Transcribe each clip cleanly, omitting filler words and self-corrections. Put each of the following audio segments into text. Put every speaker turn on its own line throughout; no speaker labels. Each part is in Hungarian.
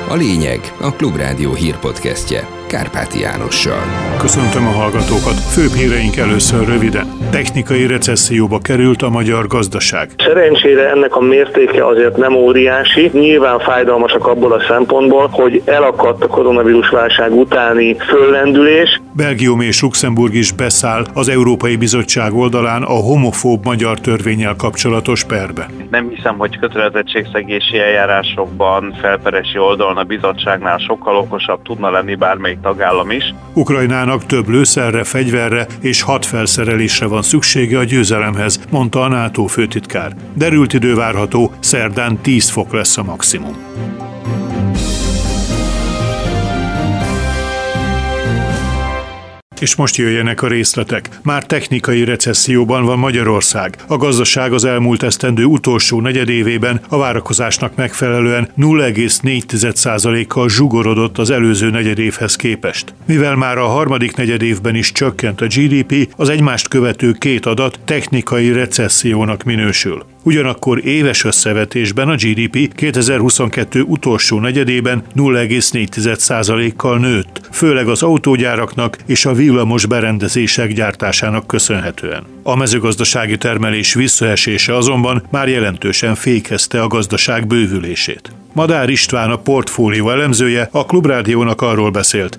A lényeg a Klubrádió hírpodcastje Kárpáti Jánossal.
Köszöntöm a hallgatókat. Főbb híreink először röviden. Technikai recesszióba került a magyar gazdaság.
Szerencsére ennek a mértéke azért nem óriási. Nyilván fájdalmasak abból a szempontból, hogy elakadt a koronavírus válság utáni föllendülés.
Belgium és Luxemburg is beszáll az Európai Bizottság oldalán a homofób magyar törvénnyel kapcsolatos perbe.
Nem hiszem, hogy kötelezettségszegési eljárásokban, felperesi oldalon a bizottságnál sokkal okosabb tudna lenni bármelyik tagállam is.
Ukrajnának több lőszerre, fegyverre és hadfelszerelésre van szüksége a győzelemhez, mondta a NATO főtitkár. Derült idő várható, szerdán 10 fok lesz a maximum. És most jöjjenek a részletek. Már technikai recesszióban van Magyarország. A gazdaság az elmúlt esztendő utolsó negyedévében a várakozásnak megfelelően 0,4%-kal zsugorodott az előző negyedévhez képest. Mivel már a harmadik negyedévben is csökkent a GDP, az egymást követő két adat technikai recessziónak minősül. Ugyanakkor éves összevetésben a GDP 2022 utolsó negyedében 0,4%-kal nőtt, főleg az autógyáraknak és a villamos berendezések gyártásának köszönhetően. A mezőgazdasági termelés visszaesése azonban már jelentősen fékezte a gazdaság bővülését. Madár István, a portfólió elemzője, a Klubrádiónak arról beszélt,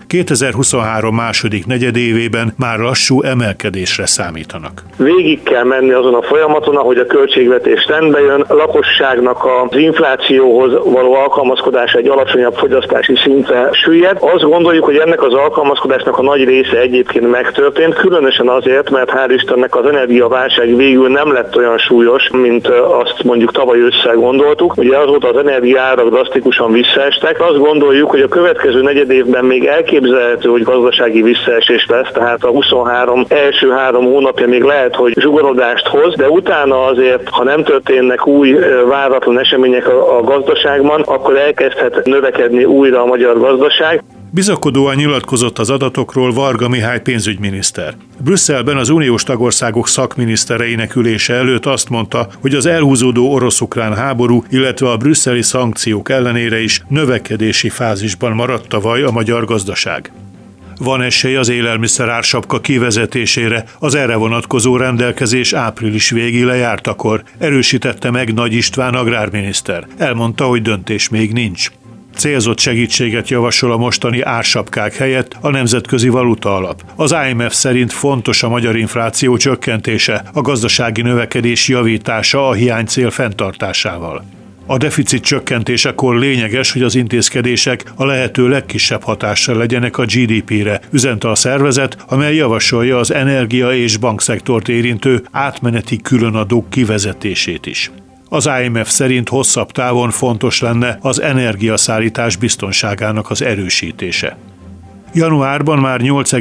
2023 második negyedévében már lassú emelkedésre számítanak.
Végig kell menni azon a folyamaton, ahogy a költségvetés rendbe jön, a lakosságnak az inflációhoz való alkalmazkodása egy alacsonyabb fogyasztási szintre süllyed. Azt gondoljuk, hogy ennek az alkalmazkodásnak a nagy része egyébként megtörtént, különösen azért, mert hál' Istennek az energiaválság végül nem lett olyan súlyos, mint azt mondjuk tavaly ősszel gondoltuk. Ugye azóta az energiaárak drasztikusan visszaestek. Azt gondoljuk, hogy a következő negyedévben még elképzelhető, hogy gazdasági visszaesés lesz, tehát a 23 első 3 hónapja még lehet, hogy zsugorodást hoz, de utána azért, ha nem történnek új váratlan események a gazdaságban, akkor elkezdhet növekedni újra a magyar gazdaság.
Bizakodóan nyilatkozott az adatokról Varga Mihály pénzügyminiszter. Brüsszelben az uniós tagországok szakminisztereinek ülése előtt azt mondta, hogy az elhúzódó orosz-ukrán háború, illetve a brüsszeli szankciók ellenére is növekedési fázisban maradt tavaly a magyar gazdaság. Van esély az élelmiszer ársapka kivezetésére, az erre vonatkozó rendelkezés április végi lejártakor, erősítette meg Nagy István agrárminiszter. Elmondta, hogy döntés még nincs. Célzott segítséget javasol a mostani ársapkák helyett a Nemzetközi Valuta Alap. Az IMF szerint fontos a magyar infláció csökkentése, a gazdasági növekedés javítása a hiánycél fenntartásával. A deficit csökkentésekor lényeges, hogy az intézkedések a lehető legkisebb hatással legyenek a GDP-re, üzente a szervezet, amely javasolja az energia- és bankszektort érintő átmeneti különadók kivezetését is. Az IMF szerint hosszabb távon fontos lenne az energiaszállítás biztonságának az erősítése. Januárban már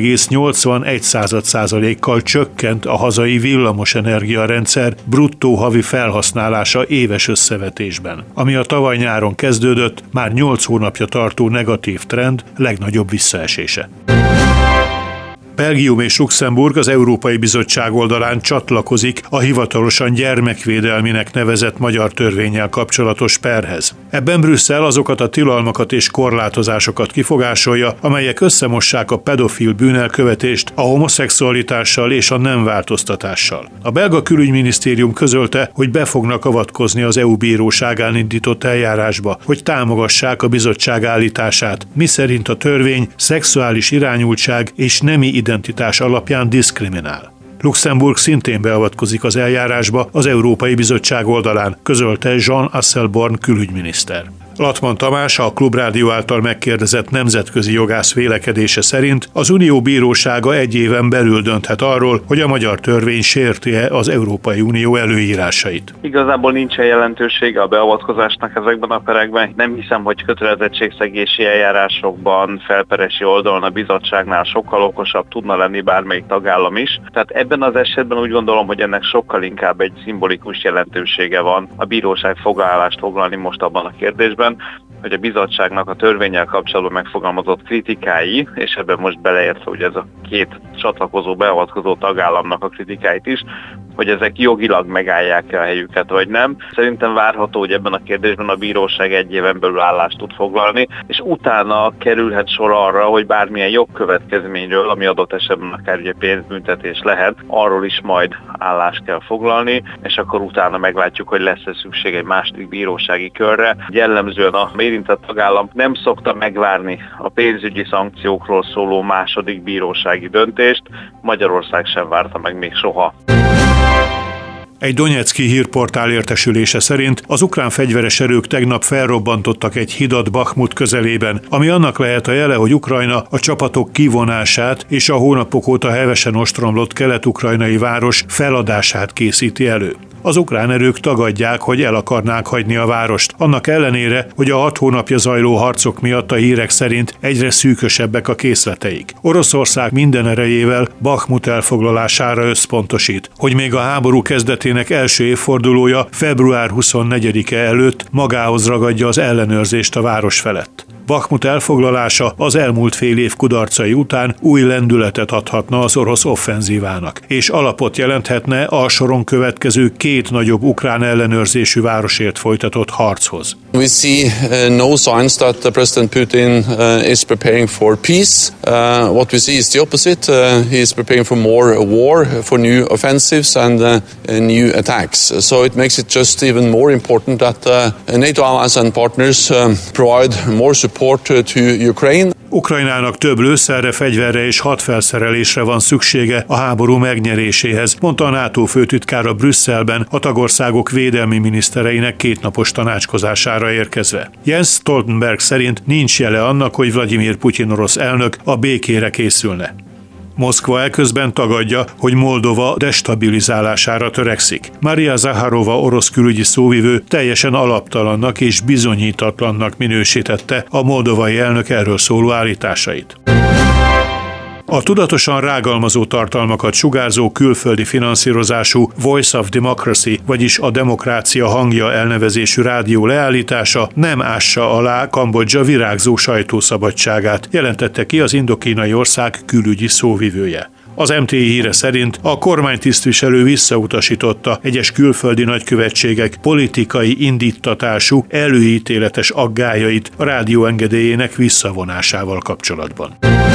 8,81%-kal csökkent a hazai villamosenergiarendszer bruttó havi felhasználása éves összevetésben, ami a tavaly nyáron kezdődött, már 8 hónapja tartó negatív trend legnagyobb visszaesése. Belgium és Luxemburg az Európai Bizottság oldalán csatlakozik a hivatalosan gyermekvédelminek nevezett magyar törvénnyel kapcsolatos perhez. Ebben Brüsszel azokat a tilalmakat és korlátozásokat kifogásolja, amelyek összemossák a pedofil bűnelkövetést a homoszexualitással és a nem változtatással. A belga külügyminisztérium közölte, hogy be fognak avatkozni az EU bíróságán indított eljárásba, hogy támogassák a bizottság állítását, miszerint a törvény szexuális irányultság és nemi identitás alapján diszkriminál. Luxemburg szintén beavatkozik az eljárásba az Európai Bizottság oldalán, közölte Jean Asselborn külügyminiszter. Latman Tamás, a Klubrádió által megkérdezett nemzetközi jogász vélekedése szerint az Unió bírósága 1 éven belül dönthet arról, hogy a magyar törvény sérti-e az Európai Unió előírásait.
Igazából nincsen jelentősége a beavatkozásnak ezekben a perekben. Nem hiszem, hogy kötelezettségszegési eljárásokban, felperesi oldalon a bizottságnál sokkal okosabb tudna lenni bármelyik tagállam is. Tehát ebben az esetben úgy gondolom, hogy ennek sokkal inkább egy szimbolikus jelentősége van a bíróság fog állást foglalni most abban a kérdésben. kérdésben, hogy a bizottságnak a törvénnyel kapcsolatban megfogalmazott kritikái, és ebben most beleértve ugye ez a két csatlakozó, beavatkozó tagállamnak a kritikáit is, hogy ezek jogilag megállják a helyüket, vagy nem. Szerintem várható, hogy ebben a kérdésben a bíróság egy éven belül állást tud foglalni, és utána kerülhet sor arra, hogy bármilyen jogkövetkezményről, ami adott esetben akár ugye pénzbüntetés lehet, arról is majd állást kell foglalni, és akkor utána meglátjuk, hogy lesz-e szükség egy második bírósági körre. Jellemzően a érintett tagállam nem szokta megvárni a pénzügyi szankciókról szóló második bírósági döntést, Magyarország sem várta meg még soha.
Egy donetszki hírportál értesülése szerint az ukrán fegyveres erők tegnap felrobbantottak egy hidat Bakhmut közelében, ami annak lehet a jele, hogy Ukrajna a csapatok kivonását és a hónapok óta hevesen ostromlott kelet-ukrajnai város feladását készíti elő. Az ukrán erők tagadják, hogy el akarnák hagyni a várost, annak ellenére, hogy a 6 hónapja zajló harcok miatt a hírek szerint egyre szűkösebbek a készleteik. Oroszország minden erejével Bakhmut elfoglalására összpontosít, hogy még a háború kezdetének első évfordulója február 24-e előtt magához ragadja az ellenőrzést a város felett. Bakhmut elfoglalása az elmúlt fél év kudarcai után új lendületet adhatna az orosz offenzívának, és alapot jelenthetne a soron következő 2 nagyobb ukrán ellenőrzésű városért folytatott harchoz.
We see no signs that President Putin is preparing for peace. What we see is the opposite. He is preparing for more war, for new offensives and new attacks. So it makes it just even more important that NATO allies and partners provide more support to Ukraine.
Ukrajnának több lőszerre, fegyverre és hadfelszerelésre van szüksége a háború megnyeréséhez, mondta a NATO főtitkára Brüsszelben a tagországok védelmi minisztereinek 2 napos tanácskozására érkezve. Jens Stoltenberg szerint nincs jele annak, hogy Vladimir Putyin orosz elnök a békére készülne. Moszkva eközben tagadja, hogy Moldova destabilizálására törekszik. Maria Zaharova orosz külügyi szóvivő teljesen alaptalannak és bizonyítatlannak minősítette a moldovai elnök erről szóló állításait. A tudatosan rágalmazó tartalmakat sugárzó külföldi finanszírozású Voice of Democracy, vagyis a demokrácia hangja elnevezésű rádió leállítása nem ássa alá Kambodzsa virágzó sajtószabadságát, jelentette ki az indokínai ország külügyi szóvivője. Az MTI híre szerint a kormánytisztviselő visszautasította egyes külföldi nagykövetségek politikai indíttatású, előítéletes aggályait a rádió engedélyének visszavonásával kapcsolatban.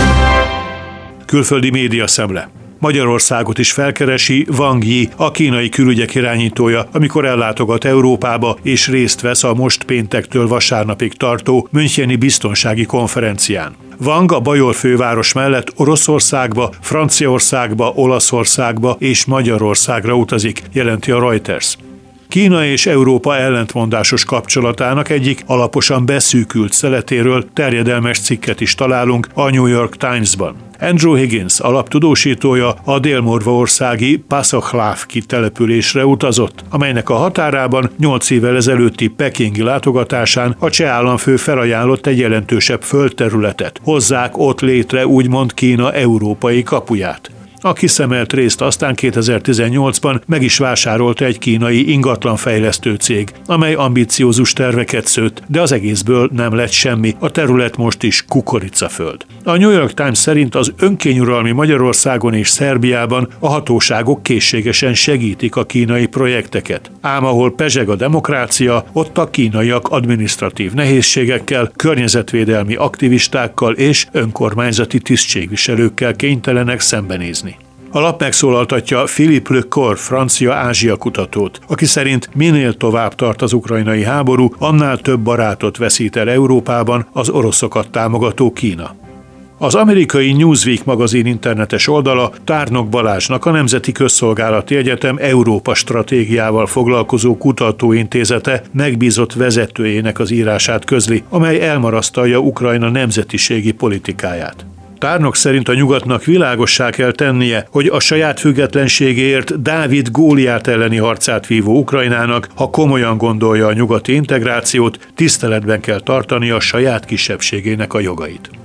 Külföldi médiaszemle. Magyarországot is felkeresi Wang Yi, a kínai külügyek irányítója, amikor ellátogat Európába és részt vesz a most péntektől vasárnapig tartó müncheni biztonsági konferencián. Wang a bajor főváros mellett Oroszországba, Franciaországba, Olaszországba és Magyarországra utazik, jelenti a Reuters. Kína és Európa ellentmondásos kapcsolatának egyik alaposan beszűkült szeletéről terjedelmes cikket is találunk a New York Times-ban. Andrew Higgins alaptudósítója a délmorvaországi Pasokhlávki településre utazott, amelynek a határában 8 évvel ezelőtti pekingi látogatásán a cseh államfő felajánlott egy jelentősebb földterületet. Hozzák ott létre úgymond Kína európai kapuját. A kiszemelt részt aztán 2018-ban meg is vásárolta egy kínai ingatlanfejlesztő cég, amely ambiciózus terveket szőtt, de az egészből nem lett semmi, a terület most is kukoricaföld. A New York Times szerint az önkényuralmi Magyarországon és Szerbiában a hatóságok készségesen segítik a kínai projekteket. Ám ahol pezseg a demokrácia, ott a kínaiak adminisztratív nehézségekkel, környezetvédelmi aktivistákkal és önkormányzati tisztségviselőkkel kénytelenek szembenézni. A lap megszólaltatja Philippe Lecor, francia Ázsia kutatót, aki szerint minél tovább tart az ukrajnai háború, annál több barátot veszít el Európában az oroszokat támogató Kína. Az amerikai Newsweek magazin internetes oldala Tárnok Balázsnak, a Nemzeti Közszolgálati Egyetem Európa stratégiával foglalkozó kutatóintézete megbízott vezetőjének az írását közli, amely elmarasztalja Ukrajna nemzetiségi politikáját. Tárnok szerint a nyugatnak világossá kell tennie, hogy a saját függetlenségéért Dávid Góliát elleni harcát vívó Ukrajnának, ha komolyan gondolja a nyugati integrációt, tiszteletben kell tartani a saját kisebbségének a jogait.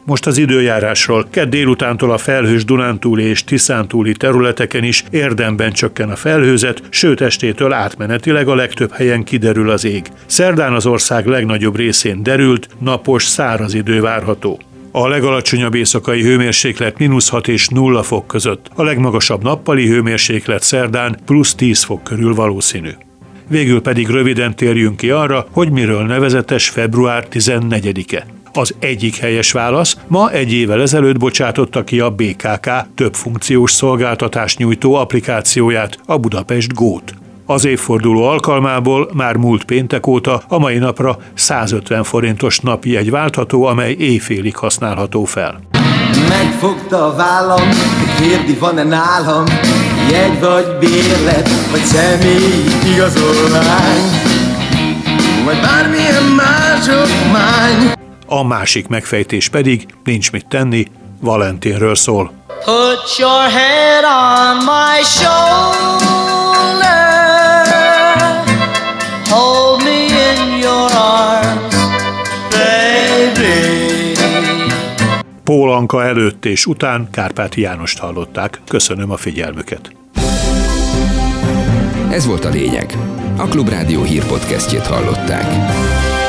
Most az időjárásról. Kedd délutántól a felhős dunántúli és tiszántúli területeken is érdemben csökken a felhőzet, sőt estétől átmenetileg a legtöbb helyen kiderül az ég. Szerdán az ország legnagyobb részén derült, napos, száraz idő várható. A legalacsonyabb éjszakai hőmérséklet -6 és 0 fok között, a legmagasabb nappali hőmérséklet szerdán +10 fok körül valószínű. Végül pedig röviden térjünk ki arra, hogy miről nevezetes február 14-e. Az egyik helyes válasz: ma egy évvel ezelőtt bocsátotta ki a BKK több funkciós szolgáltatást nyújtó applikációját, a Budapest Go-t. Az évforduló alkalmából már múlt péntek óta a mai napra 150 forintos napjegy váltható, amely éjfélig használható fel.
Megfogta a vállam, kérdi, van-e nálam jegy vagy bérlet, vagy személyi igazolvány, vagy bármilyen más okmány.
A másik megfejtés pedig nincs mit tenni, Valentinről szól.
Put your head on my shoulder, hold me in your arms, baby.
Pól Anka előtt és után Kárpáti Jánost hallották. Köszönöm a figyelmüket.
Ez volt a lényeg. A Klubrádió hírpodcastjét hallották.